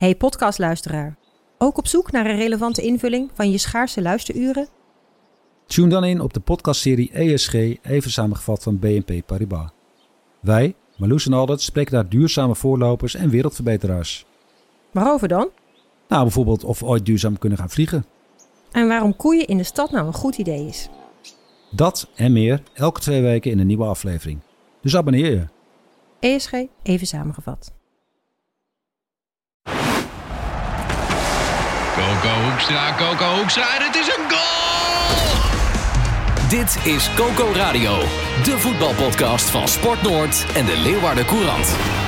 Hey podcastluisteraar, ook op zoek naar een relevante invulling van je schaarse luisteruren? Tune dan in op de podcastserie ESG, even samengevat van BNP Paribas. Wij, Marloes en Aldert, spreken daar duurzame voorlopers en wereldverbeteraars. Waarover dan? Nou, bijvoorbeeld of we ooit duurzaam kunnen gaan vliegen. En waarom koeien in de stad nou een goed idee is? Dat en meer elke 2 weken in een nieuwe aflevering. Dus abonneer je. ESG, even samengevat. Coco Hoekstra en het is een goal! Dit is Coco Radio, de voetbalpodcast van Sport Noord en de Leeuwarden Courant.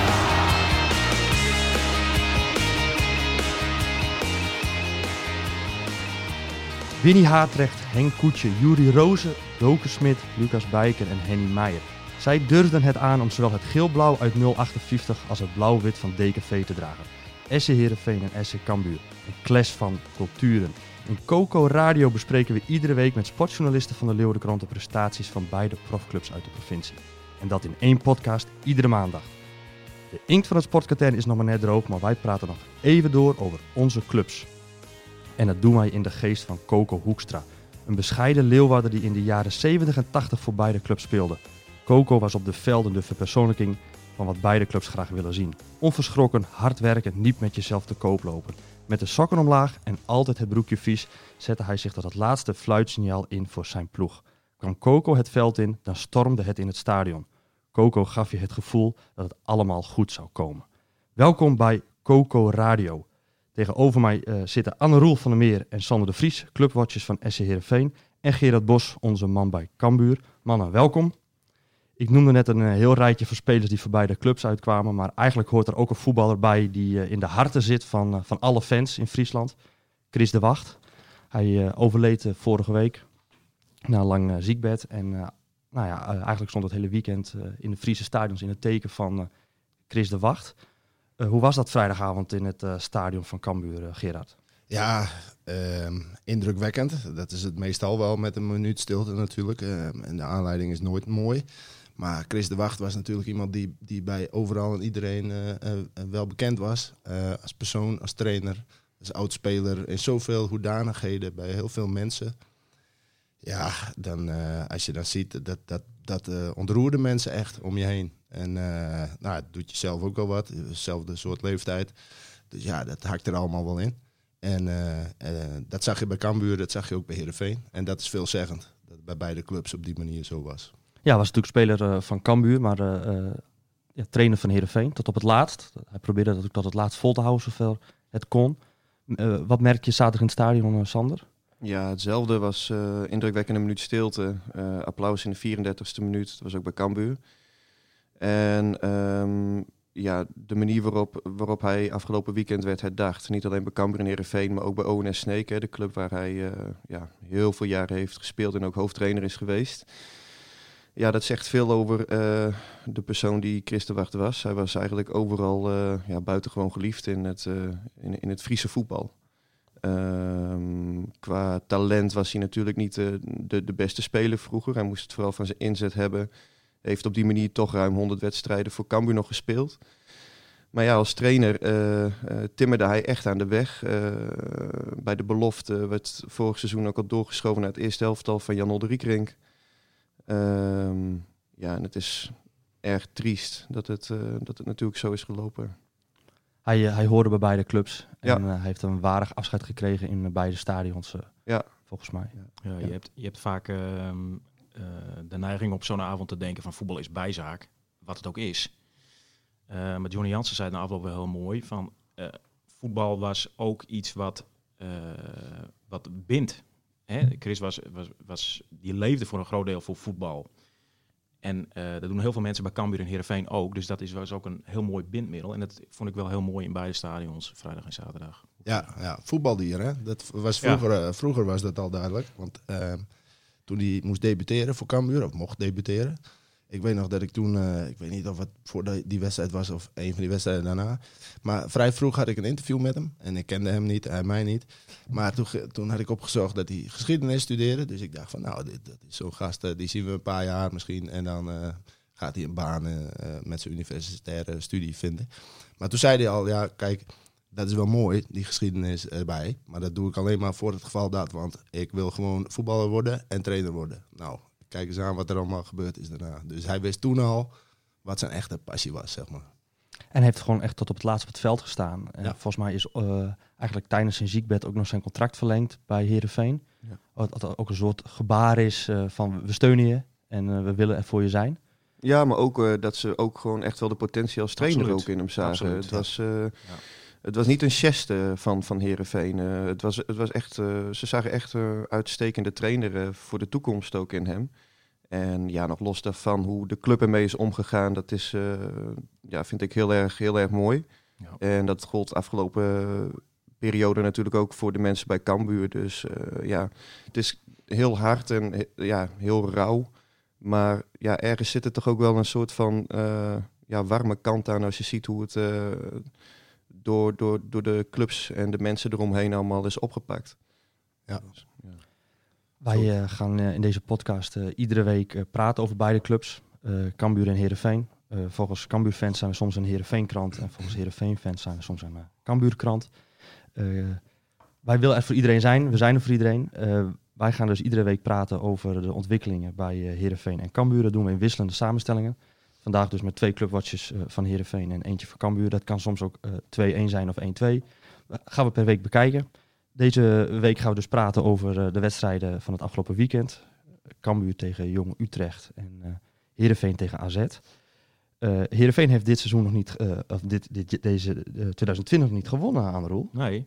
Winnie Haatrecht, Henk Koetje, Juri Rozen, Doke Smit, Lucas Bijker en Henny Meijer. Zij durfden het aan om zowel het geel-blauw uit 058 als het blauw-wit van DKV te dragen. SC Heerenveen en SC Cambuur. Een clash van culturen. In Coco Radio bespreken we iedere week met sportjournalisten van de Leeuwarden Courant de prestaties van beide profclubs uit de provincie. En dat in 1 podcast iedere maandag. De inkt van het sportkatern is nog maar net droog, maar wij praten nog even door over onze clubs. En dat doen wij in de geest van Coco Hoekstra. Een bescheiden Leeuwarder die in de jaren 70 en 80 voor beide clubs speelde. Coco was op de velden de verpersoonlijking van wat beide clubs graag willen zien. Onverschrokken, hard werken, niet met jezelf te koop lopen. Met de sokken omlaag en altijd het broekje vies zette hij zich tot het laatste fluitsignaal in voor zijn ploeg. Kwam Coco het veld in, dan stormde het in het stadion. Coco gaf je het gevoel dat het allemaal goed zou komen. Welkom bij Coco Radio. Tegenover mij zitten Anne Roel van der Meer en Sander de Vries, clubwatchers van SC Heerenveen. En Gerard Bos, onze man bij Cambuur. Mannen, welkom. Ik noemde net een heel rijtje van spelers die voor beide clubs uitkwamen. Maar eigenlijk hoort er ook een voetballer bij die in de harten zit van alle fans in Friesland. Chris de Wacht. Hij overleed vorige week na een lang ziekbed. En eigenlijk stond het hele weekend in de Friese stadions in het teken van Chris de Wacht. Hoe was dat vrijdagavond in het stadion van Cambuur, Gerard? Ja, indrukwekkend. Dat is het meestal wel met een minuut stilte natuurlijk. En de aanleiding is nooit mooi. Maar Chris de Wacht was natuurlijk iemand die bij overal en iedereen wel bekend was. Als persoon, als trainer, als oudspeler. In zoveel hoedanigheden bij heel veel mensen. Ja, dan, als je dan ziet, dat ontroerde mensen echt om je heen. En het doet jezelf ook wel wat. Hetzelfde soort leeftijd. Dus ja, dat hakt er allemaal wel in. En dat zag je bij Cambuur, dat zag je ook bij Heerenveen. En dat is veelzeggend, dat het bij beide clubs op die manier zo was. Ja, was natuurlijk speler van Cambuur, maar trainer van Heerenveen tot op het laatst. Hij probeerde dat ook tot het laatst vol te houden, zover het kon. Wat merk je zaterdag in het stadion, Sander? Ja, hetzelfde was indrukwekkende minuut stilte. Applaus in de 34e minuut, dat was ook bij Cambuur. En de manier waarop hij afgelopen weekend werd herdacht. Niet alleen bij Cambuur en Heerenveen, maar ook bij ONS Sneek. De club waar hij heel veel jaren heeft gespeeld en ook hoofdtrainer is geweest. Ja, dat zegt veel over de persoon die Chris de Wacht was. Hij was eigenlijk overal buitengewoon geliefd in het Friese voetbal. Qua talent was hij natuurlijk niet de beste speler vroeger. Hij moest het vooral van zijn inzet hebben. Heeft op die manier toch ruim 100 wedstrijden voor Cambuur nog gespeeld. Maar ja, als trainer timmerde hij echt aan de weg. Bij de belofte werd vorig seizoen ook al doorgeschoven naar het eerste elftal van Jan Olderiekrink. En het is erg triest dat het natuurlijk zo is gelopen. Hij hoorde bij beide clubs en hij heeft een waardig afscheid gekregen in beide stadions, volgens mij. Ja, je hebt vaak de neiging op zo'n avond te denken van voetbal is bijzaak, wat het ook is. Maar Johnny Jansen zei na afloop wel heel mooi van voetbal was ook iets wat bindt. Hè? Chris die leefde voor een groot deel voor voetbal. En dat doen heel veel mensen bij Cambuur en Heerenveen ook. Dus dat was ook een heel mooi bindmiddel. En dat vond ik wel heel mooi in beide stadions, vrijdag en zaterdag. Ja, voetbaldier, hè? Dat was vroeger was dat al duidelijk. Want toen hij moest debuteren voor Cambuur, of mocht debuteren. Ik weet nog dat ik toen, ik weet niet of het voor die wedstrijd was of een van die wedstrijden daarna. Maar vrij vroeg had ik een interview met hem. En ik kende hem niet, hij mij niet. Maar toen had ik opgezocht dat hij geschiedenis studeerde. Dus ik dacht van dat is zo'n gast, die zien we een paar jaar misschien. En dan gaat hij een baan met zijn universitaire studie vinden. Maar toen zei hij al, ja kijk, dat is wel mooi, die geschiedenis erbij. Maar dat doe ik alleen maar voor het geval dat. Want ik wil gewoon voetballer worden en trainer worden. Nou, kijk eens aan wat er allemaal gebeurd is daarna. Dus hij wist toen al wat zijn echte passie was, zeg maar. En heeft gewoon echt tot op het laatst op het veld gestaan. En Ja. volgens mij is eigenlijk tijdens zijn ziekbed ook nog zijn contract verlengd bij Heerenveen. Ja. Wat ook een soort gebaar is van we steunen je en we willen er voor je zijn. Ja, maar ook dat ze ook gewoon echt wel de potentie als trainer Absoluut. ook in hem zagen. Absoluut, Het ja. was... Het was niet een geste van Heerenveen. Het was echt, ze zagen echt uitstekende trainer voor de toekomst ook in hem. En ja, nog los daarvan hoe de club ermee is omgegaan, dat is, vind ik heel erg mooi. Ja. En dat gold afgelopen periode natuurlijk ook voor de mensen bij Cambuur. Dus het is heel hard en heel rauw. Maar ja, ergens zit er toch ook wel een soort van warme kant aan als je ziet hoe het... Door de clubs en de mensen eromheen allemaal is opgepakt. Ja. Dus, ja. Wij gaan in deze podcast iedere week praten over beide clubs. Cambuur en Heerenveen. Volgens Cambuur-fans zijn we soms een Heerenveen-krant. En volgens Heerenveen-fans zijn we soms een Cambuur-krant. Wij willen er voor iedereen zijn. We zijn er voor iedereen. Wij gaan dus iedere week praten over de ontwikkelingen bij Heerenveen en Cambuur. Dat doen we in wisselende samenstellingen. Vandaag dus met 2 clubwatches van Heerenveen en eentje van Cambuur. Dat kan soms ook 2-1 zijn of 1-2. Gaan we per week bekijken. Deze week gaan we dus praten over de wedstrijden van het afgelopen weekend. Cambuur tegen Jong Utrecht en Heerenveen tegen AZ. Heerenveen heeft dit seizoen nog niet, deze 2020 nog niet gewonnen aan de Roel. Nee.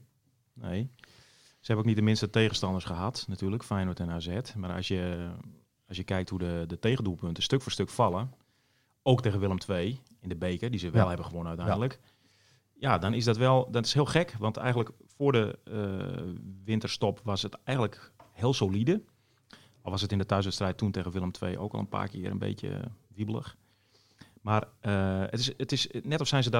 Ze hebben ook niet de minste tegenstanders gehad, natuurlijk, Feyenoord en AZ. Maar als je kijkt hoe de tegendoelpunten stuk voor stuk vallen, ook tegen Willem II in de beker, die ze wel hebben gewonnen uiteindelijk. Ja, dan is dat is heel gek, want eigenlijk voor de winterstop was het eigenlijk heel solide. Al was het in de thuiswedstrijd toen tegen Willem II ook al een paar keer een beetje wiebelig. Maar het is net of zijn ze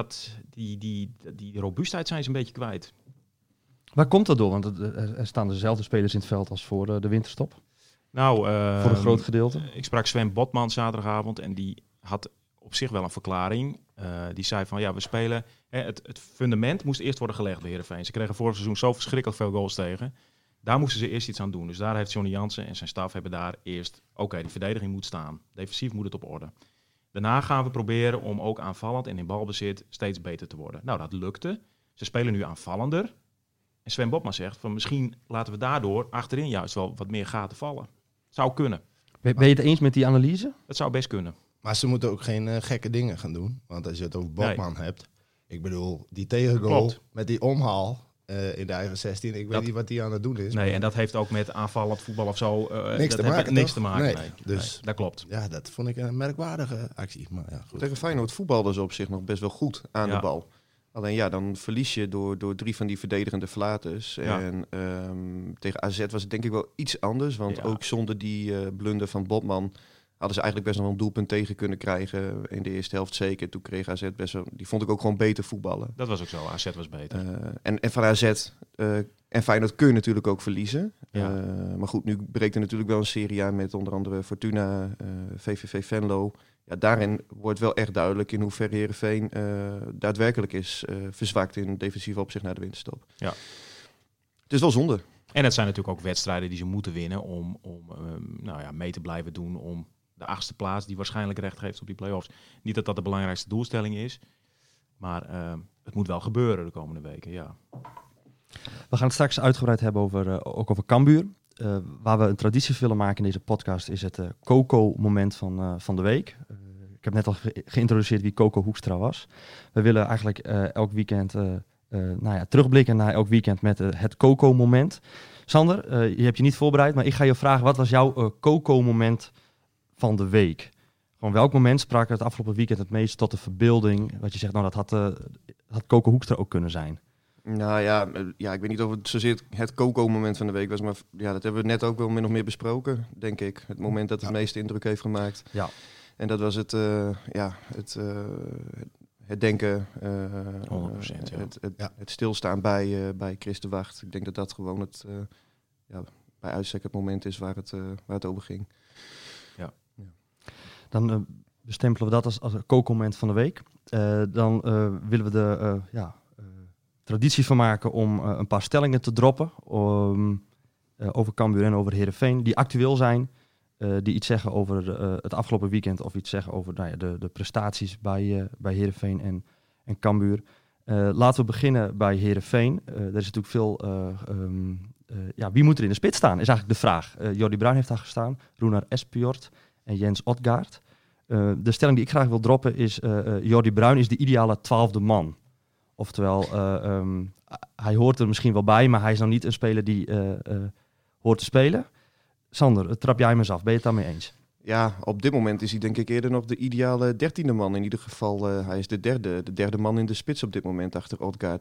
die robuustheid zijn ze een beetje kwijt. Waar komt dat door? Want er staan dezelfde spelers in het veld als voor de winterstop. Nou, voor een groot gedeelte. Ik sprak Sven Botman zaterdagavond en die had op zich wel een verklaring. Die zei van ja, we spelen... Het fundament moest eerst worden gelegd bij Heerenveen. Ze kregen vorig seizoen zo verschrikkelijk veel goals tegen. Daar moesten ze eerst iets aan doen. Dus daar heeft Johnny Jansen en zijn staf hebben daar eerst... Oké, die verdediging moet staan. Defensief moet het op orde. Daarna gaan we proberen om ook aanvallend en in balbezit steeds beter te worden. Nou, dat lukte. Ze spelen nu aanvallender. En Sven Botman zegt van misschien laten we daardoor achterin juist wel wat meer gaten vallen. Zou kunnen. Ben je het eens met die analyse? Dat zou best kunnen. Maar ze moeten ook geen gekke dingen gaan doen. Want als je het over Botman hebt... Ik bedoel, die tegengoal Klopt. met die omhaal in de eigen 16... Ik weet niet wat die aan het doen is. Nee, en dat heeft ook met aanvallend voetbal of zo... Niks te maken, niks toch? te maken, Nee, nee. dus- Nee, dat klopt. Ja, dat vond ik een merkwaardige actie. Maar ja, goed. Tegen Feyenoord voetbalden ze op zich nog best wel goed aan de bal. Alleen ja, dan verlies je door 3 van die verdedigende flaters. Ja. En tegen AZ was het denk ik wel iets anders. Want ook zonder die blunder van Botman hadden ze eigenlijk best nog wel een doelpunt tegen kunnen krijgen. In de eerste helft zeker. Toen kreeg AZ best wel... Die vond ik ook gewoon beter voetballen. Dat was ook zo. AZ was beter. En van AZ en Feyenoord kun je natuurlijk ook verliezen. Ja. Maar goed, nu breekt er natuurlijk wel een serie aan met onder andere Fortuna, VVV Venlo. Ja, daarin wordt wel echt duidelijk in hoeverre Heerenveen daadwerkelijk is verzwakt in defensief opzicht naar de winterstop. Ja. Het is wel zonde. En het zijn natuurlijk ook wedstrijden die ze moeten winnen om mee te blijven doen om de 8e plaats die waarschijnlijk recht geeft op die play-offs. Niet dat dat de belangrijkste doelstelling is, maar het moet wel gebeuren de komende weken, ja. We gaan het straks uitgebreid hebben ook over Cambuur. Waar we een traditie willen maken in deze podcast is het Coco-moment van de week. Ik heb net al geïntroduceerd wie Coco Hoekstra was. We willen eigenlijk elk weekend terugblikken naar elk weekend met het Coco-moment. Sander, je hebt je niet voorbereid, maar ik ga je vragen, wat was jouw Coco-moment van de week? Gewoon welk moment sprak het afgelopen weekend het meest tot de verbeelding? Wat je zegt, nou dat had Coco Hoekstra ook kunnen zijn. Nou ja, ik weet niet of het zozeer het Coco-moment van de week was, maar ja, dat hebben we net ook wel min of meer besproken, denk ik. Het moment dat het meeste indruk heeft gemaakt. Ja. En dat was het denken, 100%, het stilstaan bij Chris de Wacht. Ik denk dat dat gewoon bij uitstek het moment is waar het over ging. Dan bestempelen we dat als het Coco-moment van de week. Dan willen we traditie van maken om een paar stellingen te droppen over Cambuur en over Heerenveen, die actueel zijn, die iets zeggen over het afgelopen weekend of iets zeggen over de prestaties bij Heerenveen en Cambuur. Laten we beginnen bij Heerenveen. Er is natuurlijk veel... wie moet er in de spits staan, is eigenlijk de vraag. Jordi Bruin heeft daar gestaan, Runar Espejord en Jens Odgaard. De stelling die ik graag wil droppen is... Jordi Bruin is de ideale 12e man. Oftewel, hij hoort er misschien wel bij, maar hij is nou niet een speler die hoort te spelen. Sander, trap jij me eens af. Ben je het daarmee eens? Ja, op dit moment is hij denk ik eerder nog de ideale 13e man. In ieder geval, hij is de derde man in de spits op dit moment achter Odgaard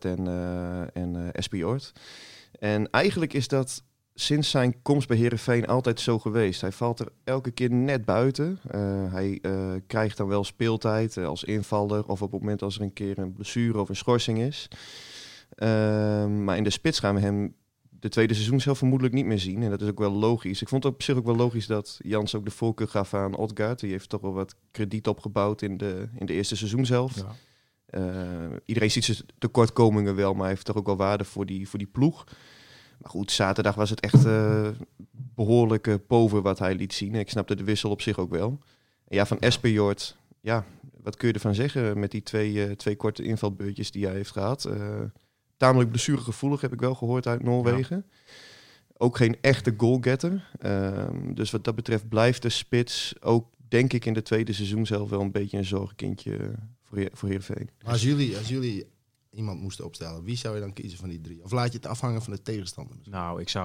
en Espejord. En eigenlijk is dat sinds zijn komst bij Heerenveen altijd zo geweest. Hij valt er elke keer net buiten. Hij krijgt dan wel speeltijd als invaller of op het moment als er een keer een blessure of een schorsing is. Maar in de spits gaan we hem de tweede seizoen zelf vermoedelijk niet meer zien. En dat is ook wel logisch. Ik vond het op zich ook wel logisch dat Jans ook de voorkeur gaf aan Odgaard. Die heeft toch wel wat krediet opgebouwd in de eerste seizoen zelf. Ja. Iedereen ziet zijn tekortkomingen wel, maar hij heeft toch ook wel waarde voor die ploeg. Maar goed, zaterdag was het echt behoorlijke pover wat hij liet zien. Ik snapte de wissel op zich ook wel. En ja, van Espejord, ja, wat kun je ervan zeggen met die twee korte invalbeurtjes die hij heeft gehad? Tamelijk blessuregevoelig, heb ik wel gehoord uit Noorwegen. Ja. Ook geen echte goalgetter. Dus wat dat betreft blijft de spits ook, denk ik, in de tweede seizoen zelf wel een beetje een zorgkindje voor Heerenveen. Maar als jullie iemand moesten opstellen, wie zou je dan kiezen van die drie? Of laat je het afhangen van de tegenstander? Nou, ik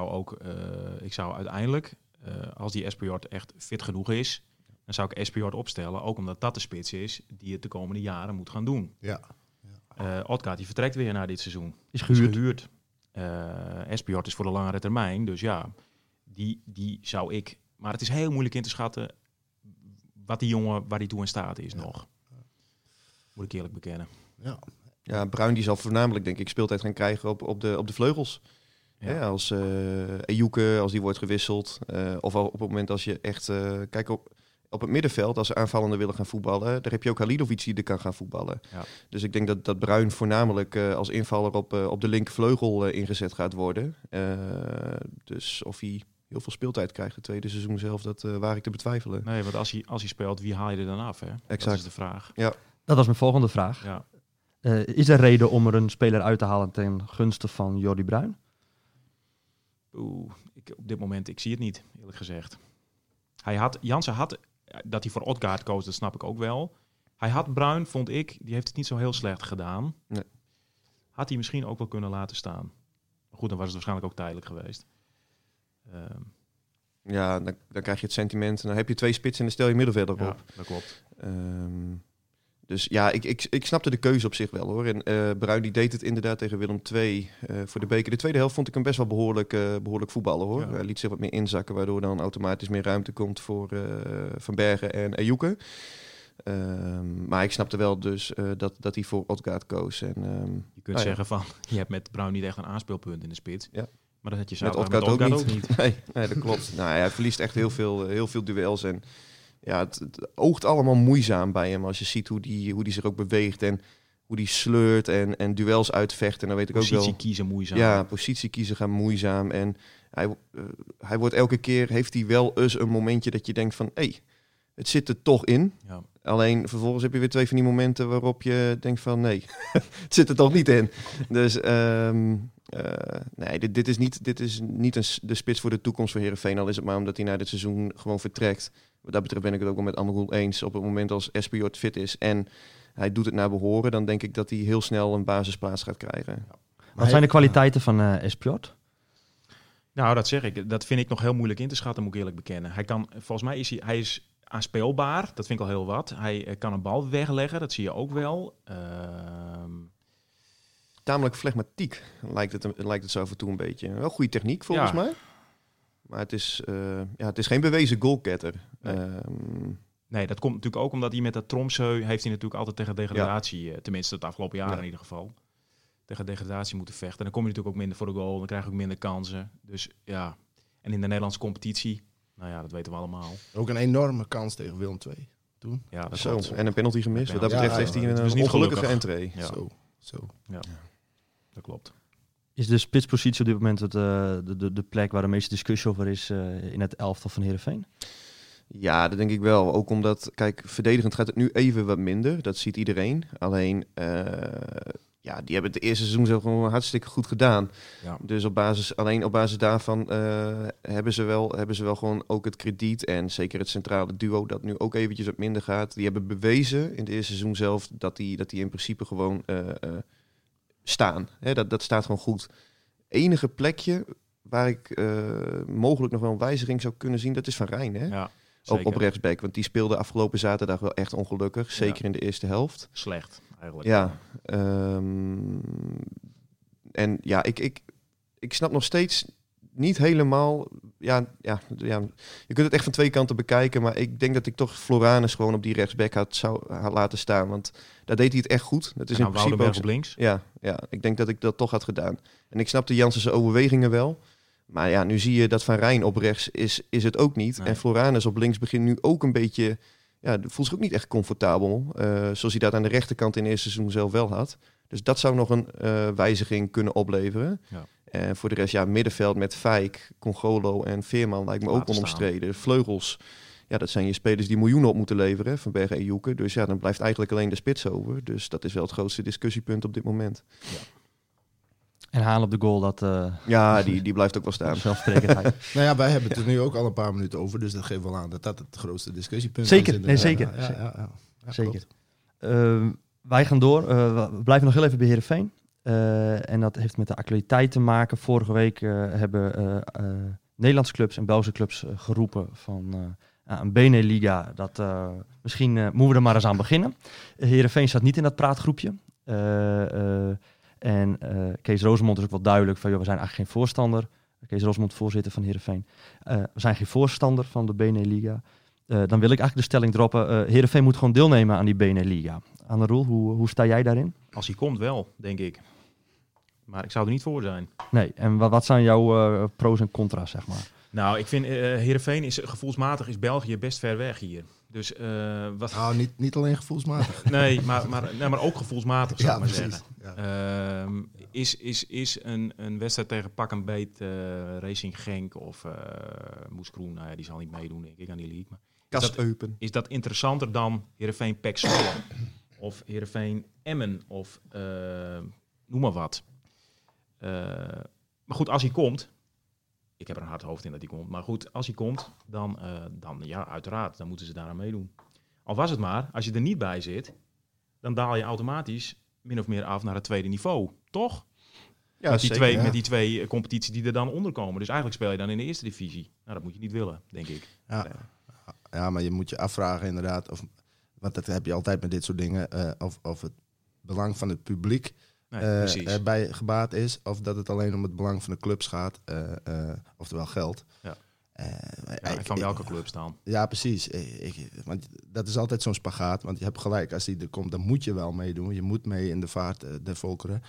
zou uiteindelijk, als die Espejord echt fit genoeg is, dan zou ik Espejord opstellen. Ook omdat dat de spits is die het de komende jaren moet gaan doen. Ja. Odgaard die vertrekt weer na dit seizoen. Is gehuurd. Espejord is voor de langere termijn. Dus ja, die zou ik... Maar het is heel moeilijk in te schatten wat die jongen, waar hij toe in staat is nog. Moet ik eerlijk bekennen. Ja, Bruin die zal voornamelijk, denk ik, speeltijd gaan krijgen op de vleugels. Ja. Ja, als Ejuke, als die wordt gewisseld. Of op het moment als je echt... kijk, op het middenveld, als ze aanvallende willen gaan voetballen, daar heb je ook Halilovic die er kan gaan voetballen. Ja. Dus ik denk dat Bruin voornamelijk als invaller op de linkervleugel ingezet gaat worden. Dus of hij heel veel speeltijd krijgt het tweede seizoen zelf, dat waar ik te betwijfelen. Nee, want als hij speelt, wie haal je er dan af? Hè? Exact. Dat is de vraag. Ja. Dat was mijn volgende vraag. Ja. Is er reden om er een speler uit te halen ten gunste van Jordi Bruin? Op dit moment, ik zie het niet, eerlijk gezegd. Jansen had, dat hij voor Odgaard koos, dat snap ik ook wel. Hij had Bruin, vond ik, die heeft het niet zo heel slecht gedaan. Nee. Had hij misschien ook wel kunnen laten staan. Maar goed, dan was het waarschijnlijk ook tijdelijk geweest. Ja, dan krijg je het sentiment. Dan heb je twee spitsen en dan stel je middenvelder op. Ja, dat klopt. Dus ja, ik snapte de keuze op zich wel, hoor. En Bruin die deed het inderdaad tegen Willem II voor de beker. De tweede helft vond ik hem best wel behoorlijk voetballen, hoor. Ja. Hij liet zich wat meer inzakken, waardoor dan automatisch meer ruimte komt voor Van Bergen en Ejuke. Maar ik snapte wel dus dat hij voor Odgaard koos. En, je kunt zeggen van, je hebt met Bruin niet echt een aanspeelpunt in de spits. Ja. Maar dat had je met Odgaard ook niet. Nee, dat klopt. Nou, hij verliest echt heel veel duels en... Ja, het oogt allemaal moeizaam bij hem als je ziet hoe die zich ook beweegt en hoe die sleurt en duels uitvecht. En dan weet ik ook wel... Positie kiezen moeizaam. Ja, positie kiezen gaan moeizaam. En hij wordt elke keer, heeft hij wel eens een momentje dat je denkt van... het zit er toch in. Ja. Alleen vervolgens heb je weer twee van die momenten waarop je denkt van... nee, het zit er toch niet in. Dus... nee, dit is niet de spits voor de toekomst voor Heerenveen. Al is het maar omdat hij na dit seizoen gewoon vertrekt. Wat dat betreft ben ik het ook wel met Amroel eens. Op het moment als Espejord fit is en hij doet het naar behoren... dan denk ik dat hij heel snel een basisplaats gaat krijgen. Ja. Wat zijn de kwaliteiten van Espejord? Nou, dat zeg ik. Dat vind ik nog heel moeilijk in te schatten, moet ik eerlijk bekennen. Volgens mij is hij aanspeelbaar. Dat vind ik al heel wat. Hij kan een bal wegleggen, dat zie je ook wel. Tamelijk flegmatiek lijkt het zo af en toe een beetje. Wel goede techniek volgens mij. Maar het is geen bewezen goalgetter. Nee, dat komt natuurlijk ook omdat hij met dat Tromsø... heeft hij natuurlijk altijd tegen degradatie... tenminste het afgelopen jaar in ieder geval... tegen degradatie moeten vechten. En dan kom je natuurlijk ook minder voor de goal. Dan krijg je ook minder kansen. Dus ja... En in de Nederlandse competitie... Nou ja, dat weten we allemaal. Ook een enorme kans tegen Willem II toen. Ja, dat zo. En een penalty gemist. Wat dat betreft heeft hij een ongelukkige entree. Ja. Zo. Ja. Dat klopt. Is de spitspositie op dit moment de plek waar de meeste discussie over is in het elftal van Heerenveen? Ja, dat denk ik wel. Ook omdat, kijk, verdedigend gaat het nu even wat minder. Dat ziet iedereen. Alleen, die hebben het eerste seizoen zo gewoon hartstikke goed gedaan. Ja. Dus alleen op basis daarvan hebben ze wel gewoon ook het krediet. En zeker het centrale duo dat nu ook eventjes wat minder gaat. Die hebben bewezen in het eerste seizoen zelf dat die in principe gewoon staan. Hè, dat staat gewoon goed. Enige plekje waar ik mogelijk nog wel een wijziging zou kunnen zien, dat is Van Rijn, hè? Ja, op rechtsback. Want die speelde afgelopen zaterdag wel echt ongelukkig. Zeker in de eerste helft. Slecht, eigenlijk. Ja. En ja, ik snap nog steeds niet helemaal... Ja, je kunt het echt van twee kanten bekijken. Maar ik denk dat ik toch Floranus gewoon op die rechtsback had laten staan. Want daar deed hij het echt goed. Dat is in principe ook op links. Ja, ik denk dat ik dat toch had gedaan. En ik snapte Jansen's overwegingen wel. Maar ja, nu zie je dat Van Rijn op rechts is het ook niet. Nee. En Floranus op links begint nu ook een beetje... Ja, voelt zich ook niet echt comfortabel. Zoals hij dat aan de rechterkant in het eerste seizoen zelf wel had. Dus dat zou nog een wijziging kunnen opleveren. Ja. En voor de rest, middenveld met Fijk, Congolo en Veerman lijkt me ook onomstreden. Vleugels, dat zijn je spelers die miljoenen op moeten leveren. Van Bergen en Joeken. Dus dan blijft eigenlijk alleen de spits over. Dus dat is wel het grootste discussiepunt op dit moment. Ja. En Haan op de goal, dat... Die blijft ook wel staan. Zelfsprekendheid. Nou ja, wij hebben het er nu ook al een paar minuten over. Dus dat geeft wel aan dat het grootste discussiepunt zeker, is. Nee, zeker. Zeker. Wij gaan door. We blijven nog heel even bij Heerenveen. En dat heeft met de actualiteit te maken. Vorige week hebben Nederlandse clubs en Belgische clubs geroepen van... een Beneliga, misschien moeten we er maar eens aan beginnen. Heerenveen staat niet in dat praatgroepje. En Kees Rosemond is ook wel duidelijk van... we zijn eigenlijk geen voorstander. Kees Rosemond, voorzitter van Heerenveen. We zijn geen voorstander van de Beneliga. Dan wil ik eigenlijk de stelling droppen... Heerenveen moet gewoon deelnemen aan die Beneliga. Anne Roel, hoe sta jij daarin? Als hij komt wel, denk ik. Maar ik zou er niet voor zijn. Nee, en wat zijn jouw pro's en contra's, zeg maar? Nou, ik vind Heerenveen is gevoelsmatig is België best ver weg hier. Dus wat... Nou, niet alleen gevoelsmatig. Nee, maar ook gevoelsmatig, zou ik maar zeggen. Ja. Is een wedstrijd tegen Pak en Beet, Racing Genk of Moeskroen, nou ja, die zal niet meedoen, denk ik, aan die league. Maar is dat interessanter dan Heerenveen PEC Zwolle of Heerenveen Emmen of noem maar wat. Maar goed, als hij komt... Ik heb er een hard hoofd in dat hij komt. Maar goed, als hij komt, dan ja, uiteraard. Dan moeten ze daaraan meedoen. Al was het maar, als je er niet bij zit... dan daal je automatisch min of meer af naar het tweede niveau. Toch? Ja, met die twee competities die er dan onder komen. Dus eigenlijk speel je dan in de eerste divisie. Nou, dat moet je niet willen, denk ik. Ja, maar je moet je afvragen inderdaad... want dat heb je altijd met dit soort dingen... of het belang van het publiek... erbij gebaat is, of dat het alleen om het belang van de clubs gaat, oftewel geld. Ja. En van welke clubs dan? Ja, precies. Want dat is altijd zo'n spagaat, want je hebt gelijk, als die er komt, dan moet je wel meedoen. Je moet mee in de vaart der volkeren.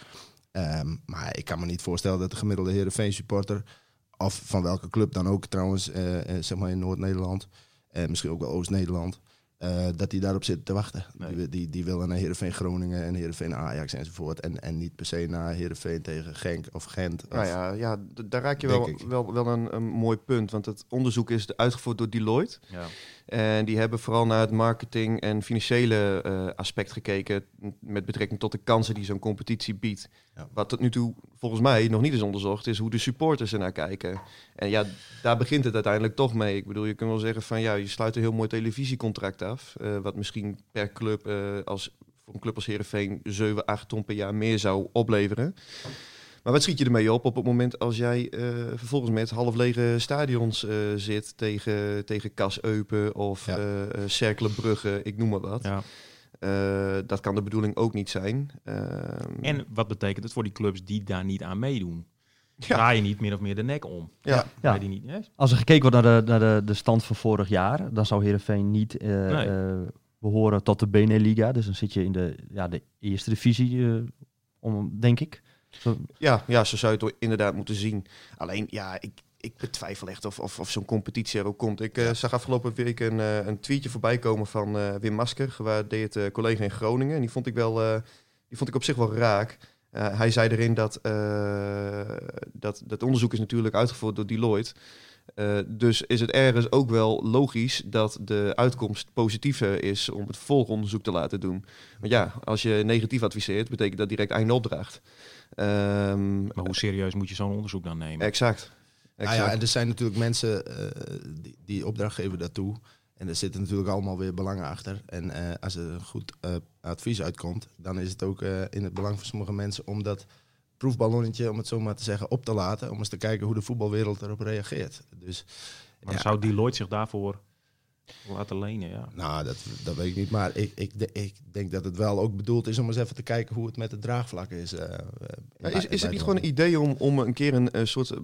Maar ik kan me niet voorstellen dat de gemiddelde Heerenveen supporter, of van welke club dan ook trouwens, zeg maar in Noord-Nederland, misschien ook wel Oost-Nederland, dat die daarop zit te wachten. Nee. Die willen naar Heerenveen Groningen en Heerenveen Ajax enzovoort. En niet per se naar Heerenveen tegen Genk of Gent. Nou daar raak je wel een mooi punt. Want het onderzoek is uitgevoerd door Deloitte. Ja. En die hebben vooral naar het marketing en financiële aspect gekeken... met betrekking tot de kansen die zo'n competitie biedt. Ja. Wat tot nu toe volgens mij nog niet is onderzocht... is hoe de supporters ernaar kijken. En ja, daar begint het uiteindelijk toch mee. Ik bedoel, je kunt wel zeggen van... je sluit een heel mooi televisiecontract af... wat misschien per club, voor een club als Heerenveen... 7, 8 ton per jaar meer zou opleveren... Maar wat schiet je ermee op het moment als jij vervolgens met half lege stadions zit tegen Kas Eupen of Cerkelenbrugge, ik noem maar wat. Ja. Dat kan de bedoeling ook niet zijn. En wat betekent het voor die clubs die daar niet aan meedoen? Draai je niet min of meer de nek om? Ja. Die niet, yes? Als er gekeken wordt naar de stand van vorig jaar, dan zou Heerenveen niet behoren tot de Beneliga. Dus dan zit je in de eerste divisie, denk ik. Zo zou je het inderdaad moeten zien. Alleen, ik betwijfel echt of zo'n competitie er ook komt. Ik zag afgelopen week een tweetje voorbij komen van Wim Masker, gewaardeerd collega in Groningen. En die vond ik op zich wel raak. Hij zei erin dat onderzoek is natuurlijk uitgevoerd door Deloitte. Dus is het ergens ook wel logisch dat de uitkomst positiever is om het volgonderzoek te laten doen. Want ja, als je negatief adviseert, betekent dat direct einde opdracht. Maar hoe serieus moet je zo'n onderzoek dan nemen? Exact. Nou ja, en er zijn natuurlijk mensen die opdracht geven daartoe. En er zitten natuurlijk allemaal weer belangen achter. En als er een goed advies uitkomt, dan is het ook in het belang van sommige mensen om dat proefballonnetje, om het zo maar te zeggen, op te laten. Om eens te kijken hoe de voetbalwereld erop reageert. Dus, Maar zou Deloitte zich daarvoor laten lenen? Ja. Nou, dat weet ik niet. Maar ik denk dat het wel ook bedoeld is om eens even te kijken hoe het met het draagvlak is. Is het niet gewoon een idee om een keer een soort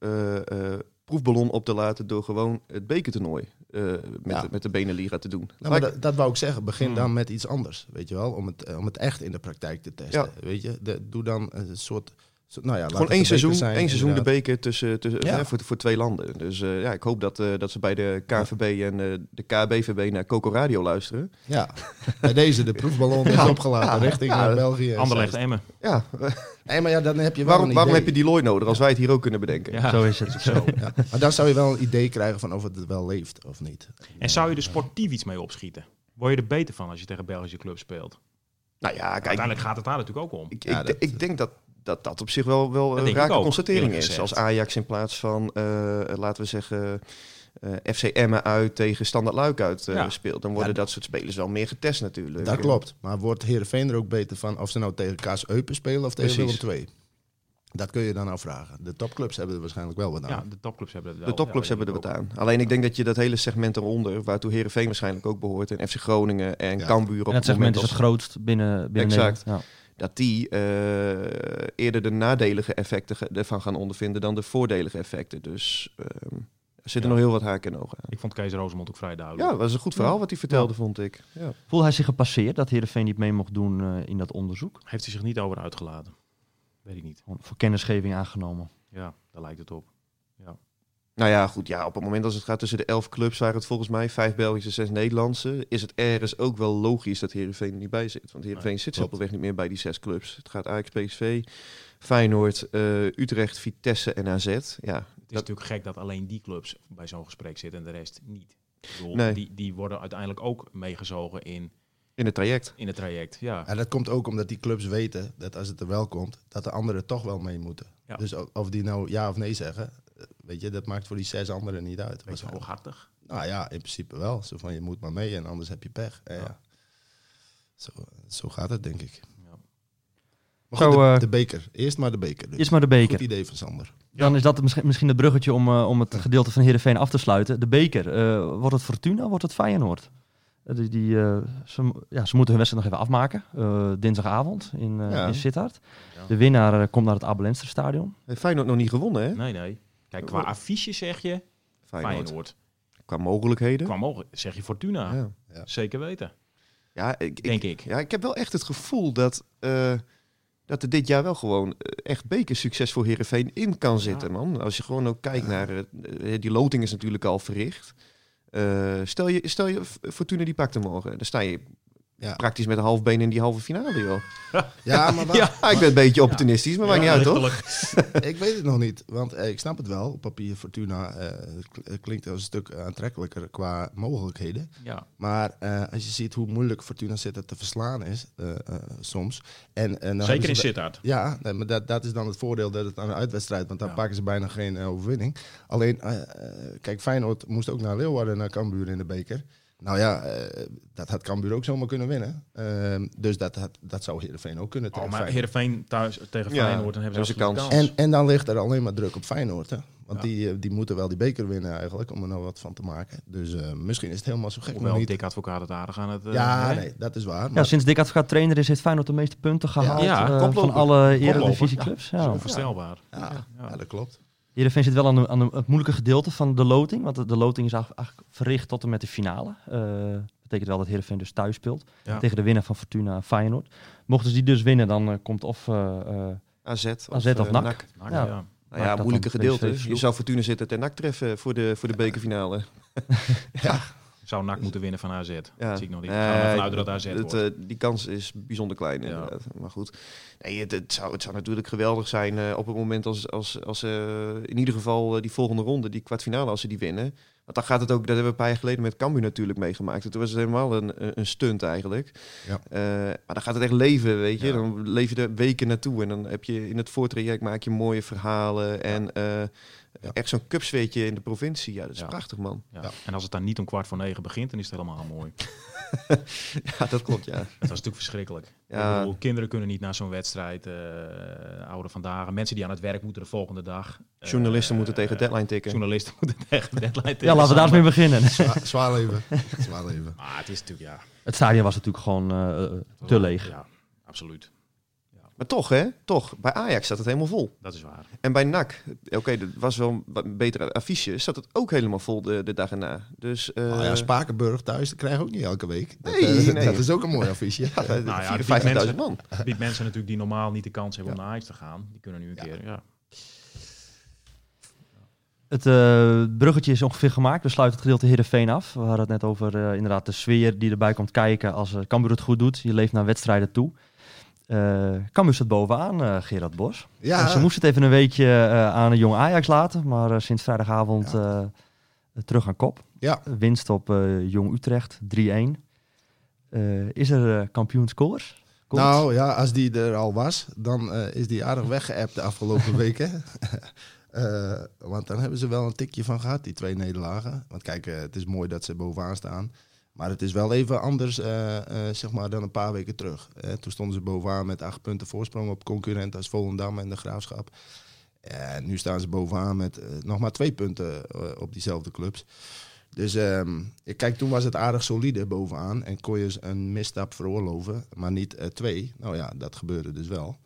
proefballon op te laten door gewoon het bekertoernooi met de Beneliga te doen? Nou, maar dat wou ik zeggen. Begin dan met iets anders, weet je wel, om het echt in de praktijk te testen. Ja. Weet je, doe dan een soort. Nou ja, gewoon één seizoen de beker tussen voor 2 landen. Dus ik hoop dat ze bij de KVB en de KBVB naar Coco Radio luisteren. Ja, bij deze de proefballon is opgelaten richting België. Anderlecht Emmen. Ja. Nee, maar ja, dan heb je wel waarom heb je Deloitte nodig als wij het hier ook kunnen bedenken? Ja. Zo is het. Zo. Ja. Maar dan zou je wel een idee krijgen van of het wel leeft of niet. En zou je er sportief iets mee opschieten? Word je er beter van als je tegen Belgische clubs speelt? Nou ja, kijk, uiteindelijk gaat het daar natuurlijk ook om. Ik denk dat op zich wel een denk rake ik ook, constatering eerlijk is. gezegd. Als Ajax in plaats van, laten we zeggen, FC Emmen uit tegen Standard Luik uit speelt, dan worden dat soort spelers wel meer getest natuurlijk. Dat klopt. Maar wordt Heerenveen er ook beter van of ze nou tegen Kaas Eupen spelen of tegen Willem II? Dat kun je dan afvragen. De topclubs hebben er waarschijnlijk wel wat aan. Ja, de topclubs hebben het wel. De topclubs hebben er wat aan. Alleen ik denk dat je dat hele segment eronder, waartoe Heerenveen waarschijnlijk ook behoort, en FC Groningen en Cambuur op En het dat segment moment is het grootst binnen Exact. Nederland. Ja. dat die eerder de nadelige effecten ervan gaan ondervinden dan de voordelige effecten. Dus er zitten nog heel wat haken en ogen aan. Ik vond Kees Rosemond ook vrij duidelijk. Ja, dat was een goed verhaal wat hij vertelde, vond ik. Ja. Voelde hij zich gepasseerd dat Heerenveen niet mee mocht doen in dat onderzoek? Heeft hij zich niet over uitgelaten? Weet ik niet. Voor kennisgeving aangenomen. Ja, daar lijkt het op. Ja. Nou ja, goed. Ja, op het moment als het gaat tussen de 11 clubs, waren het volgens mij 5 Belgische, 6 Nederlandse, is het ergens ook wel logisch dat Heerenveen er niet bij zit. Want Heerenveen zit simpelweg niet meer bij die 6 clubs. Het gaat Ajax, PSV, Feyenoord, Utrecht, Vitesse en AZ. Ja, het is natuurlijk gek dat alleen die clubs bij zo'n gesprek zitten en de rest niet. Ik bedoel, Nee. die worden uiteindelijk ook meegezogen in in het traject. In het traject, ja. En dat komt ook omdat die clubs weten dat als het er wel komt, dat de anderen toch wel mee moeten. Ja. Dus of die nou ja of nee zeggen, weet je, dat maakt voor die 6 anderen niet uit. Beetje hooghartig. Nou ja, in principe wel. Zo van, je moet maar mee en anders heb je pech. Ja. Zo gaat het, denk ik. Ja. Maar goed, de beker. Eerst maar de beker. Dus. Eerst maar de beker. Goed idee van Sander. Dan is dat misschien het bruggetje om het gedeelte van Heerenveen af te sluiten. De beker. Wordt het Fortuna, wordt het Feyenoord? Ze moeten hun wedstrijd nog even afmaken. Dinsdagavond in Sittard. Ja. De winnaar komt naar het Abel Enster-stadion. Heeft Feyenoord nog niet gewonnen, hè? Nee. Kijk, qua affiche zeg je Feyenoord. Qua mogelijkheden? Qua mogelijk zeg je Fortuna. Ja. Zeker weten. Ja, denk ik. Ja, ik heb wel echt het gevoel dat er dit jaar wel gewoon echt bekersucces voor Heerenveen in kan zitten, man. Als je gewoon ook kijkt naar... die loting is natuurlijk al verricht. Stel je Fortuna die pakt hem morgen. Dan sta je praktisch met een half been in die halve finale, joh. Ja, maar ik ben een beetje opportunistisch, maar maakt niet uit, toch? Ik weet het nog niet, want ik snap het wel. Op papier Fortuna klinkt als een stuk aantrekkelijker qua mogelijkheden. Ja. Maar als je ziet hoe moeilijk Fortuna Sittard te verslaan is, soms. En zeker in Sittard. Ja, maar dat is dan het voordeel dat het aan een uitwedstrijd, want dan pakken ze bijna geen overwinning. Alleen, kijk, Feyenoord moest ook naar Leeuwarden, naar Cambuur in de beker. Nou ja, dat had Cambuur ook zomaar kunnen winnen. Dus dat zou Heerenveen ook kunnen tegen maar Heerenveen thuis tegen Feyenoord, dan hebben ze een kans. En dan ligt er alleen maar druk op Feyenoord. Hè? Want die moeten wel die beker winnen eigenlijk, om er nou wat van te maken. Dus misschien is het helemaal zo gek. Hoewel Dick Advocaat het aardig aan het... nee, dat is waar. Maar... Ja, sinds Dick Advocaat trainer is, heeft Feyenoord de meeste punten gehaald van alle eredivisieclubs. Ja, onvoorstelbaar. Ja, dat klopt. Heerenveen zit wel aan het moeilijke gedeelte van de loting. Want de loting is eigenlijk verricht tot en met de finale. Betekent wel dat Heerenveen dus thuis speelt. Ja. Tegen de winnaar van Fortuna Feyenoord. Mochten ze die dus winnen, dan komt of AZ of NAC. Nou ja, moeilijke gedeelte. Je zou Fortuna zitten en NAC treffen voor de bekerfinale. Zou NAC moeten winnen van AZ. Ja. Dat zie ik nog niet. Gaan we vanuit dat AZ wordt. Die kans is bijzonder klein inderdaad. Maar goed, nee, het zou natuurlijk geweldig zijn op het moment als in ieder geval die volgende ronde, die kwartfinale, als ze die winnen. Want dan gaat het ook, dat hebben we een paar jaar geleden met Cambuur natuurlijk meegemaakt. Toen was het helemaal een stunt eigenlijk. Ja. Maar dan gaat het echt leven, weet je. Ja. Dan leef je er weken naartoe en dan heb je in het voortraject maak je mooie verhalen en echt zo'n cupsfeetje in de provincie. Ja, dat is prachtig, man. Ja. Ja. En als het dan niet om 8:45 begint, dan is het helemaal mooi. Ja, dat klopt, ja. Het was natuurlijk verschrikkelijk. Ja. Ik bedoel, kinderen kunnen niet naar zo'n wedstrijd. Ouderen vandaag. Mensen die aan het werk moeten de volgende dag. Journalisten moeten tegen deadline tikken. Journalisten moeten tegen deadline tikken. Ja, laten we daar eens mee beginnen. Zwaar leven. Zwaar leven. Maar het is natuurlijk, ja. Het stadion was natuurlijk gewoon te leeg. Ja, absoluut. Maar toch, hè? Toch. Bij Ajax staat het helemaal vol. Dat is waar. En bij NAC, oké, dat was wel een betere affiche, staat het ook helemaal vol de dag erna. Dus, Spakenburg thuis, dat krijgen we ook niet elke week. Nee. Dat is ook een mooi affiche. Ja, 54.000 man. Die mensen natuurlijk die normaal niet de kans hebben om naar Ajax te gaan, die kunnen nu een keer, Het bruggetje is ongeveer gemaakt. We sluiten het gedeelte Heerenveen af. We hadden het net over inderdaad de sfeer die erbij komt kijken als Cambuur het goed doet. Je leeft naar wedstrijden toe. Cambuur staat bovenaan, Gerard Bos. Ja. Ze moest het even een weekje aan een jong Ajax laten, maar sinds vrijdagavond terug aan kop. Ja. Winst op Jong Utrecht, 3-1. Is er kampioenskoers? Nou ja, als die er al was, dan is die aardig weggeëpt de afgelopen weken. Want dan hebben ze wel een tikje van gehad, die 2 nederlagen. Want kijk, het is mooi dat ze bovenaan staan. Maar het is wel even anders zeg maar dan een paar weken terug. Toen stonden ze bovenaan met 8 punten voorsprong op concurrenten als Volendam en de Graafschap. En nu staan ze bovenaan met nog maar 2 punten op diezelfde clubs. Dus kijk, toen was het aardig solide bovenaan en kon je een misstap veroorloven, maar niet 2. Nou ja, dat gebeurde dus wel.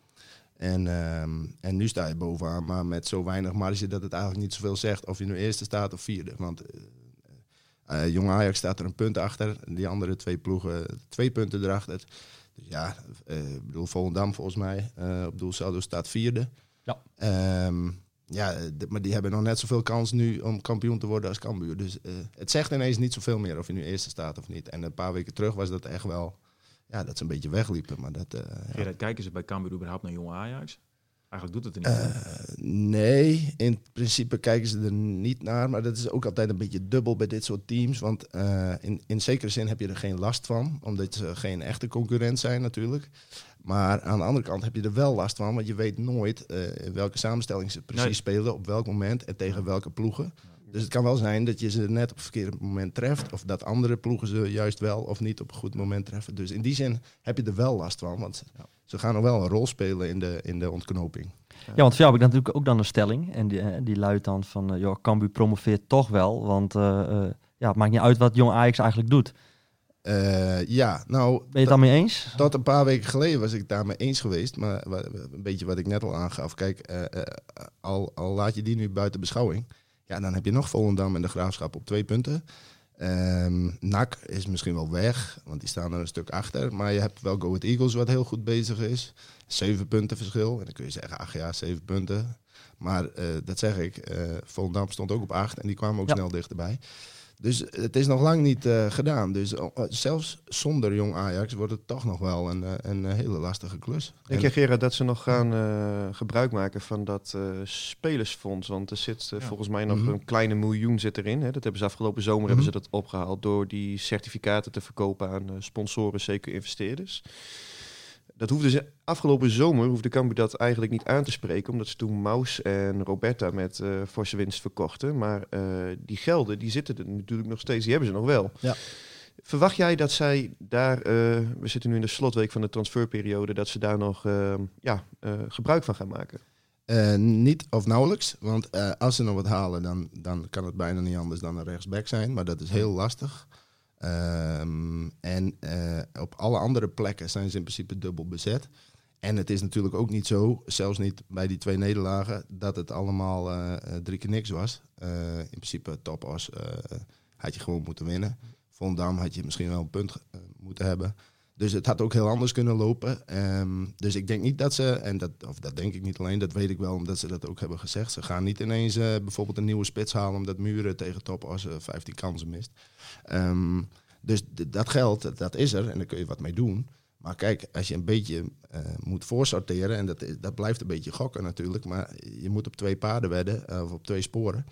En nu sta je bovenaan, maar met zo weinig marge dat het eigenlijk niet zoveel zegt of je nu eerste staat of vierde. Want Jong Ajax staat er een punt achter, die andere 2 ploegen 2 punten erachter. Dus ja, ik bedoel Volendam volgens mij op doelsaldo staat 4e. Ja. Maar die hebben nog net zoveel kans nu om kampioen te worden als Cambuur. Dus het zegt ineens niet zoveel meer of je nu eerste staat of niet. En een paar weken terug was dat echt wel, ja, dat ze een beetje wegliepen. Maar dat, Gerard, kijken ze bij Cambuur überhaupt naar Jong Ajax? Eigenlijk doet het er niet. Nee, in principe kijken ze er niet naar. Maar dat is ook altijd een beetje dubbel bij dit soort teams. Want in zekere zin heb je er geen last van. Omdat ze geen echte concurrent zijn natuurlijk. Maar aan de andere kant heb je er wel last van. Want je weet nooit welke samenstelling ze precies spelen. Op welk moment en tegen welke ploegen. Dus het kan wel zijn dat je ze net op het verkeerde moment treft. Of dat andere ploegen ze juist wel of niet op een goed moment treffen. Dus in die zin heb je er wel last van. Want ze gaan nog wel een rol spelen in de ontknoping. Ja, want voor jou heb ik natuurlijk ook dan een stelling. En die luidt dan van, Cambuur promoveert toch wel. Want het maakt niet uit wat Jong Ajax eigenlijk doet. Nou... Ben je het daarmee eens? Tot een paar weken geleden was ik het daarmee eens geweest. Maar een beetje wat ik net al aangaf. Kijk, al laat je die nu buiten beschouwing. Ja, dan heb je nog Volendam en de Graafschap op 2 punten. NAC is misschien wel weg, want die staan er een stuk achter. Maar je hebt wel Go Ahead Eagles wat heel goed bezig is. 7 punten verschil. En dan kun je zeggen, 7 punten. Maar dat zeg ik, Volendam stond ook op 8 en die kwamen ook snel dichterbij. Dus het is nog lang niet gedaan. Dus zelfs zonder Jong Ajax wordt het toch nog wel een hele lastige klus. Denk je, Gerard, dat ze nog gaan gebruik maken van dat spelersfonds? Want er zit volgens mij nog een kleine miljoen zit erin. Hè? Dat hebben ze afgelopen zomer hebben ze dat opgehaald door die certificaten te verkopen aan sponsoren, zeker investeerders. Dat hoefde ze afgelopen zomer, hoefde Cambuur dat eigenlijk niet aan te spreken, omdat ze toen Maus en Roberta met forse winst verkochten. Maar die gelden, die zitten er natuurlijk nog steeds, die hebben ze nog wel. Ja. Verwacht jij dat zij daar, we zitten nu in de slotweek van de transferperiode, dat ze daar nog gebruik van gaan maken? Niet of nauwelijks, want als ze nog wat halen, dan kan het bijna niet anders dan een rechtsback zijn. Maar dat is heel lastig. Op alle andere plekken zijn ze in principe dubbel bezet. En het is natuurlijk ook niet zo, zelfs niet bij die 2 nederlagen, dat het allemaal 3 keer niks was. In principe Topos had je gewoon moeten winnen. Volendam had je misschien wel een punt moeten hebben. Dus het had ook heel anders kunnen lopen. Dus ik denk niet dat ze, dat denk ik niet alleen, dat weet ik wel omdat ze dat ook hebben gezegd. Ze gaan niet ineens bijvoorbeeld een nieuwe spits halen omdat Muren tegen Topassen 15 kansen mist. Dus dat geld, dat is er en daar kun je wat mee doen. Maar kijk, als je een beetje moet voorsorteren, en dat blijft een beetje gokken natuurlijk, maar je moet op 2 paarden wedden, of op 2 sporen.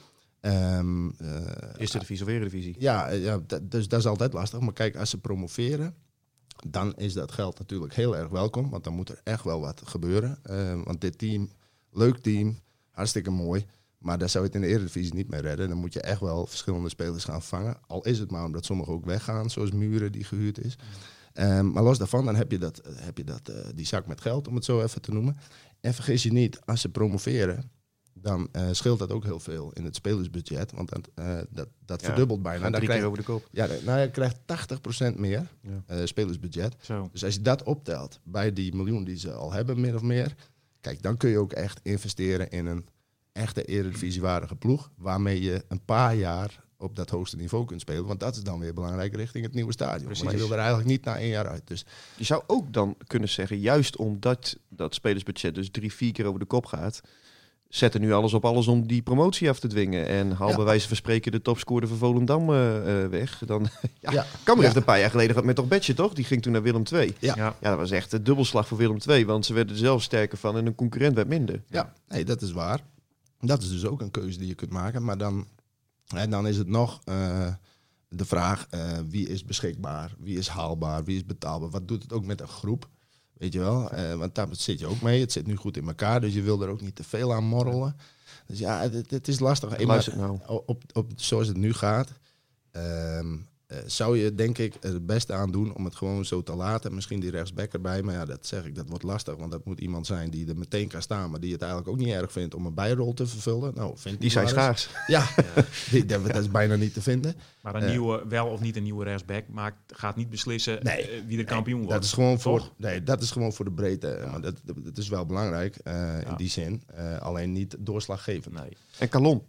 Eerste divisie of Eredivisie? Ja, dus dat is altijd lastig. Maar kijk, als ze promoveren, dan is dat geld natuurlijk heel erg welkom. Want dan moet er echt wel wat gebeuren. Want dit team, leuk team, hartstikke mooi. Maar daar zou je het in de Eredivisie niet mee redden. Dan moet je echt wel verschillende spelers gaan vangen. Al is het maar omdat sommigen ook weggaan, zoals Muren die gehuurd is. Maar los daarvan, dan heb je die zak met geld, om het zo even te noemen. En vergis je niet, als ze promoveren, dan scheelt dat ook heel veel in het spelersbudget. Want dat verdubbelt bijna. Dan 3 keer over de kop. Ja, je krijgt 80% meer spelersbudget. Zo. Dus als je dat optelt bij die miljoen die ze al hebben, min of meer. Kijk, dan kun je ook echt investeren in een echte Eredivisiewaardige ploeg. Waarmee je een paar jaar op dat hoogste niveau kunt spelen. Want dat is dan weer belangrijk richting het nieuwe stadion. Precies. Want je wil er eigenlijk niet na 1 jaar uit. Dus Je zou ook dan kunnen zeggen, juist omdat dat spelersbudget dus 3-4 keer over de kop gaat, zetten nu alles op alles om die promotie af te dwingen. En haal bij wijze van spreken de topscorer van Volendam weg. Dan, Cambuur heeft een paar jaar geleden gehad met toch Betje, toch? Die ging toen naar Willem II. Ja. Dat was echt een dubbelslag voor Willem II. Want ze werden er zelf sterker van en een concurrent werd minder. Ja, nee, dat is waar. Dat is dus ook een keuze die je kunt maken. Maar dan is het nog de vraag, wie is beschikbaar? Wie is haalbaar? Wie is betaalbaar? Wat doet het ook met een groep? Weet je wel? Want daar zit je ook mee. Het zit nu goed in elkaar, dus je wil er ook niet te veel aan morrelen. Dus ja, het is lastig. Luister nou. Op zoals het nu gaat, zou je denk ik er het beste aan doen om het gewoon zo te laten. Misschien die rechtsback erbij, maar ja, dat zeg ik, dat wordt lastig. Want dat moet iemand zijn die er meteen kan staan, maar die het eigenlijk ook niet erg vindt om een bijrol te vervullen. Nou, Die zijn schaars. Ja, dat is bijna niet te vinden. Maar een nieuwe, wel of niet een nieuwe rechtsback, gaat niet beslissen wie de kampioen wordt. Dat is gewoon dat is gewoon voor de breedte. Ja. Maar dat is wel belangrijk in die zin. Alleen niet doorslaggevend. Nee. En Calon?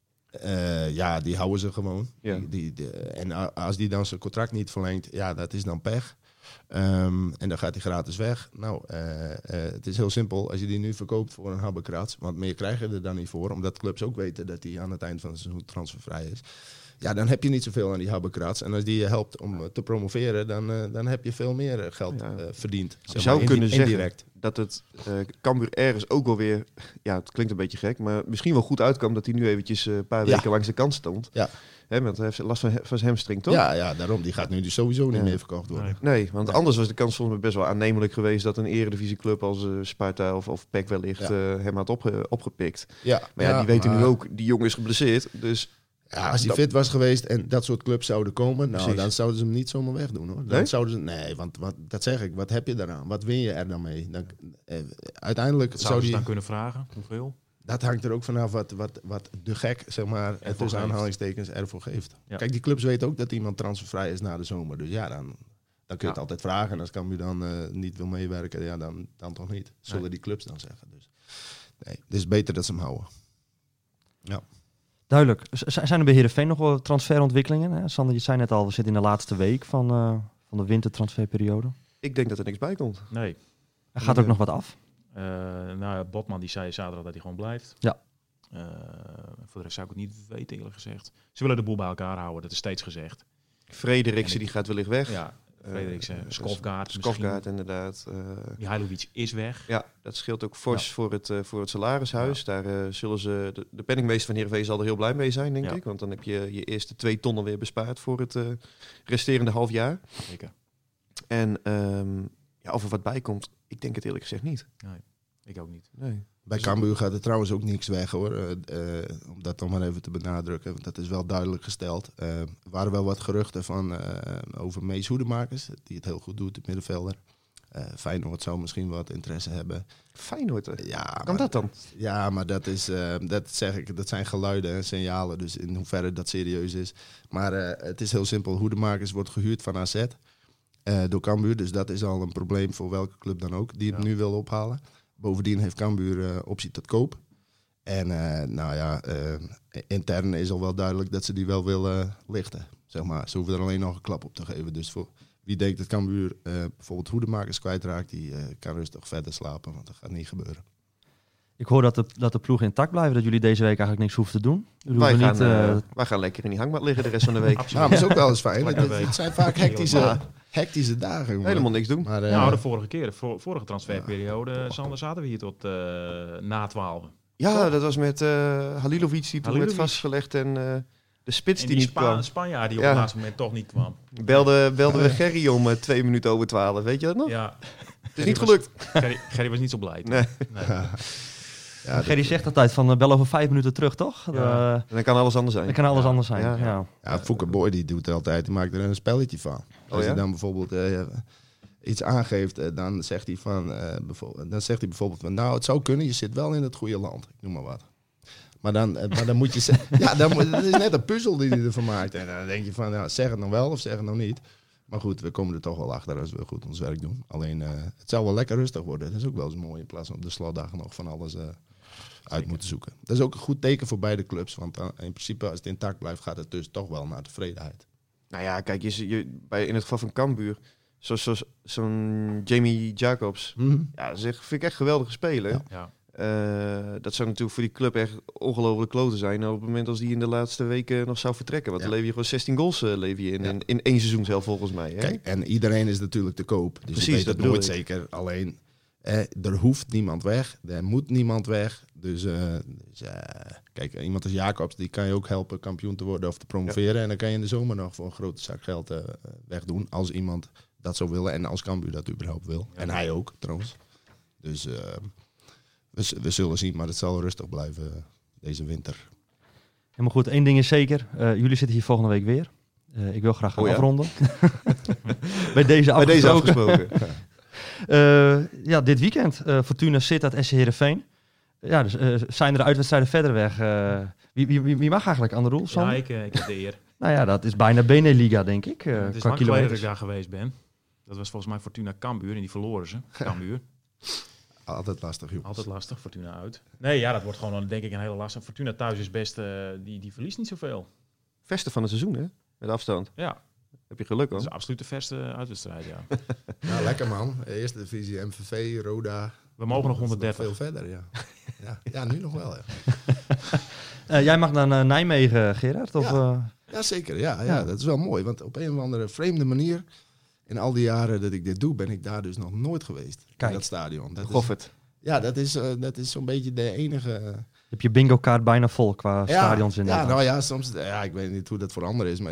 Die houden ze gewoon. Ja. En als die dan zijn contract niet verlengt, dat is dan pech. En dan gaat hij gratis weg. Nou, het is heel simpel. Als je die nu verkoopt voor een habbekrats, want meer krijg je er dan niet voor, omdat clubs ook weten dat hij aan het eind van het seizoen transfervrij is. Ja, dan heb je niet zoveel aan die habbekrats. En als die je helpt om te promoveren, dan heb je veel meer geld verdiend. Je zou kunnen indirect zeggen dat het Cambuur ergens ook wel weer, het klinkt een beetje gek, maar misschien wel goed uitkwam dat hij nu eventjes een paar weken langs de kant stond. Ja. Want hij heeft last van zijn hamstring, toch? Ja, daarom. Die gaat nu dus sowieso niet meer verkocht worden. Nee, want anders was de kans volgens mij best wel aannemelijk geweest dat een eredivisieclub als Sparta of PEC wellicht hem had opgepikt. Ja. Maar die weten nu ook, die jongen is geblesseerd, dus... Ja, als hij fit was geweest en dat soort clubs zouden komen, dan zouden ze hem niet zomaar wegdoen, hoor. Dan zouden ze, want dat zeg ik, wat heb je daaraan? Wat win je er dan mee? Uiteindelijk zou je dan kunnen vragen, hoeveel? Dat hangt er ook vanaf wat de gek, zeg maar, tussen aanhalingstekens ervoor geeft. Ja. Kijk, die clubs weten ook dat iemand transfervrij is na de zomer. Dus dan kun je het altijd vragen. En als Cambuur dan niet wil meewerken, dan toch niet. Zullen die clubs dan zeggen. Dus nee, het is beter dat ze hem houden. Ja. Duidelijk. Zijn er bij Heerenveen nog wel transferontwikkelingen? Hè? Sander, je zei net al, we zitten in de laatste week van de wintertransferperiode. Ik denk dat er niks bij komt. Nee. Er gaat ook nog wat af? Botman die zei zaterdag dat hij gewoon blijft. Ja. Voor de rest zou ik het niet weten, eerlijk gezegd. Ze willen de boel bij elkaar houden, dat is steeds gezegd. Frederiksen die gaat wellicht weg. Ja, Frederiksen, Skofgaard inderdaad. Mihailovic is weg. Ja, dat scheelt ook fors voor het salarishuis. Ja. Daar zullen ze... De penningmeester van Heerenveen zal er heel blij mee zijn, denk ik. Want dan heb je je eerste 2 ton weer bespaard voor het resterende half jaar. Zeker. En of er wat bij komt, ik denk het eerlijk gezegd niet. Nee, ik ook niet. Nee. Bij Cambuur gaat er trouwens ook niks weg, hoor. Om dat dan maar even te benadrukken. Want dat is wel duidelijk gesteld. Er waren wel wat geruchten over Mees Hoedemakers. Die het heel goed doet, de middenvelder. Feyenoord zou misschien wat interesse hebben. Feyenoord? Ja, kan dat dan? Ja, maar dat zeg ik, dat zijn geluiden en signalen. Dus in hoeverre dat serieus is. Maar het is heel simpel. Hoedemakers wordt gehuurd van AZ. Door Cambuur. Dus dat is al een probleem voor welke club dan ook die het nu wil ophalen. Bovendien heeft Cambuur optie tot koop. En intern is al wel duidelijk dat ze die wel willen lichten. Zeg maar. Ze hoeven er alleen nog een klap op te geven. Dus wie denkt dat Cambuur bijvoorbeeld hoedemakers kwijtraakt, die kan rustig verder slapen, want dat gaat niet gebeuren. Ik hoor dat de ploeg intact blijven, dat jullie deze week eigenlijk niks hoeven te doen. Wij gaan lekker in die hangmat liggen de rest van de week. Nou, dat is ook wel eens fijn. Het zijn vaak hectische dagen. Jongen. Helemaal niks doen. Maar, de vorige keer, de vorige transferperiode, Sander, zaten we hier tot na 12. Ja, dat was met Halilovic die toen werd vastgelegd en de spits en die niet kwam. Spanjaard die op het laatste moment toch niet kwam. Belde we Gerry om 2 minuten over 12, weet je dat nog? Ja. Het is niet gelukt. Gerry was niet zo blij. Nee. Ja, Gerry zegt altijd van bel over 5 minuten terug, toch? Ja. Dan kan alles anders zijn. Dan kan alles anders zijn, Ja, Fouke Boy die doet het altijd, die maakt er een spelletje van. Als hij dan bijvoorbeeld iets aangeeft, dan zegt hij bijvoorbeeld van, nou, het zou kunnen, je zit wel in het goede land. Ik noem maar wat. Maar dan moet je zeggen, dat is net een puzzel die hij ervan maakt. En dan denk je van, ja, zeg het nou wel of zeg het nou niet. Maar goed, we komen er toch wel achter als we goed ons werk doen. Alleen, het zou wel lekker rustig worden. Dat is ook wel eens mooi in plaats van op de slotdagen nog van alles uit moeten zoeken. Dat is ook een goed teken voor beide clubs. Want in principe, als het intact blijft, gaat het dus toch wel naar tevredenheid. Nou ja, kijk, in het geval van Cambuur, zo'n Jamie Jacobs, ja, dat vind ik echt een geweldige speler. Ja. Dat zou natuurlijk voor die club echt ongelooflijk kloten zijn op het moment als die in de laatste weken nog zou vertrekken. Want dan lever je gewoon 16 goals in 1 seizoen zelf volgens mij. Hè? Kijk, en iedereen is natuurlijk te koop. Dus precies, je weet dat het nooit zeker. Alleen, er hoeft niemand weg. Er moet niemand weg. Dus kijk, iemand als Jacobs, die kan je ook helpen kampioen te worden of te promoveren. Ja. En dan kan je in de zomer nog voor een grote zak geld wegdoen. Als iemand dat zou willen en als Cambuur dat überhaupt wil. Ja. En hij ook, trouwens. Dus we zullen zien, maar het zal rustig blijven deze winter. Helemaal goed, 1 ding is zeker. Jullie zitten hier volgende week weer. Ik wil graag gaan afronden. Bij deze afgesproken. Dit weekend. Fortuna Sittard SC Heerenveen. Ja, dus zijn er uitwedstrijden verder weg. Wie mag eigenlijk aan de rol? Ja, ik heb de eer. Nou ja, dat is bijna Beneliga, denk ik. Het is lang geleden dat ik daar geweest ben. Dat was volgens mij Fortuna Cambuur en die verloren ze. Cambuur. Altijd lastig, jongens. Altijd lastig, Fortuna uit. Nee, ja, dat wordt gewoon denk ik een hele lastig. Fortuna thuis is best, die verliest niet zoveel. Verste van het seizoen, hè? Met afstand. Ja. Heb je geluk, hoor. Dat is absoluut de verste uitwedstrijd, ja. Nou, lekker man. Eerste divisie, MVV, Roda. We mogen nog 130. Veel verder, ja. Ja, nu nog wel, ja. Jij mag naar Nijmegen, Gerard? Of, ja, zeker. Ja, dat is wel mooi. Want op een of andere vreemde manier, in al die jaren dat ik dit doe, ben ik daar dus nog nooit geweest. Kijk, in dat stadion. Goffert. Ja, dat is zo'n beetje de enige... Heb je bingo-kaart bijna vol qua stadions in Nederland? Ja, nou ja, soms... Ja, ik weet niet hoe dat voor anderen is, maar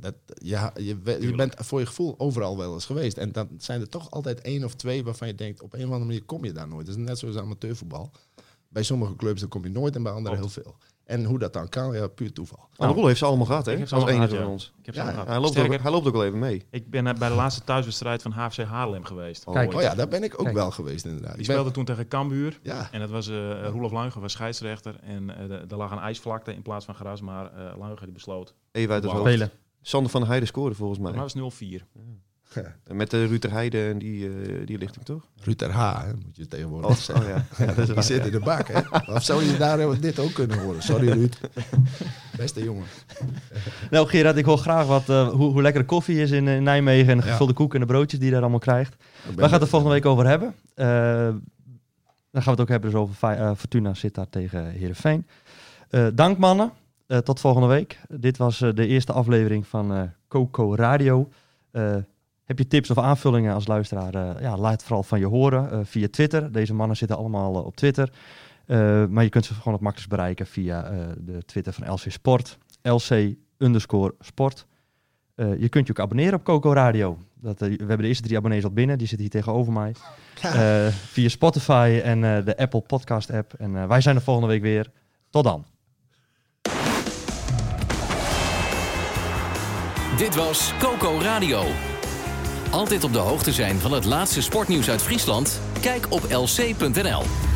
je bent voor je gevoel overal wel eens geweest. En dan zijn er toch altijd 1 of 2 waarvan je denkt, op een of andere manier kom je daar nooit. Dat is net zoals amateurvoetbal. Bij sommige clubs dan kom je nooit en bij anderen heel veel. En hoe dat dan kan, ja, puur toeval. Nou, de rol heeft ze allemaal gehad, hè? Als enige van ons. Hij loopt ook al even mee. Ik ben bij de laatste thuiswedstrijd van HFC Haarlem geweest. Daar ben ik ook wel geweest, inderdaad. Die speelde toen tegen Cambuur. Ja. En dat was Roelof Luigen was scheidsrechter. En er lag een ijsvlakte in plaats van gras. Maar Luigen die besloot... Even uit het hoofd. Sander van der Heijden scoorde volgens mij. Maar dat was 0-4. Ja. Met de Ruter Heide en die lichting, toch? Ruter H, hè, moet je tegenwoordig zeggen. Die zit in de bak, hè? Of zou je daar dit ook kunnen horen? Sorry, Ruud. Beste jongen. Nou, Gerard, ik hoor graag hoe lekker de koffie is in Nijmegen en de gevulde koek en de broodjes die je daar allemaal krijgt. Waar gaan we het volgende week over hebben? Dan gaan we het ook hebben dus over Fortuna Sittard tegen Heerenveen. Dank mannen. Tot volgende week. Dit was de eerste aflevering van Coco Radio. Heb je tips of aanvullingen als luisteraar? Laat het vooral van je horen via Twitter. Deze mannen zitten allemaal op Twitter. Maar je kunt ze gewoon het makkelijkst bereiken via de Twitter van LC Sport. LC_sport. Je kunt je ook abonneren op Coco Radio. We hebben de eerste 3 abonnees al binnen. Die zitten hier tegenover mij. Via Spotify en de Apple Podcast app. En wij zijn er volgende week weer. Tot dan. Dit was Coco Radio. Altijd op de hoogte zijn van het laatste sportnieuws uit Friesland? Kijk op lc.nl.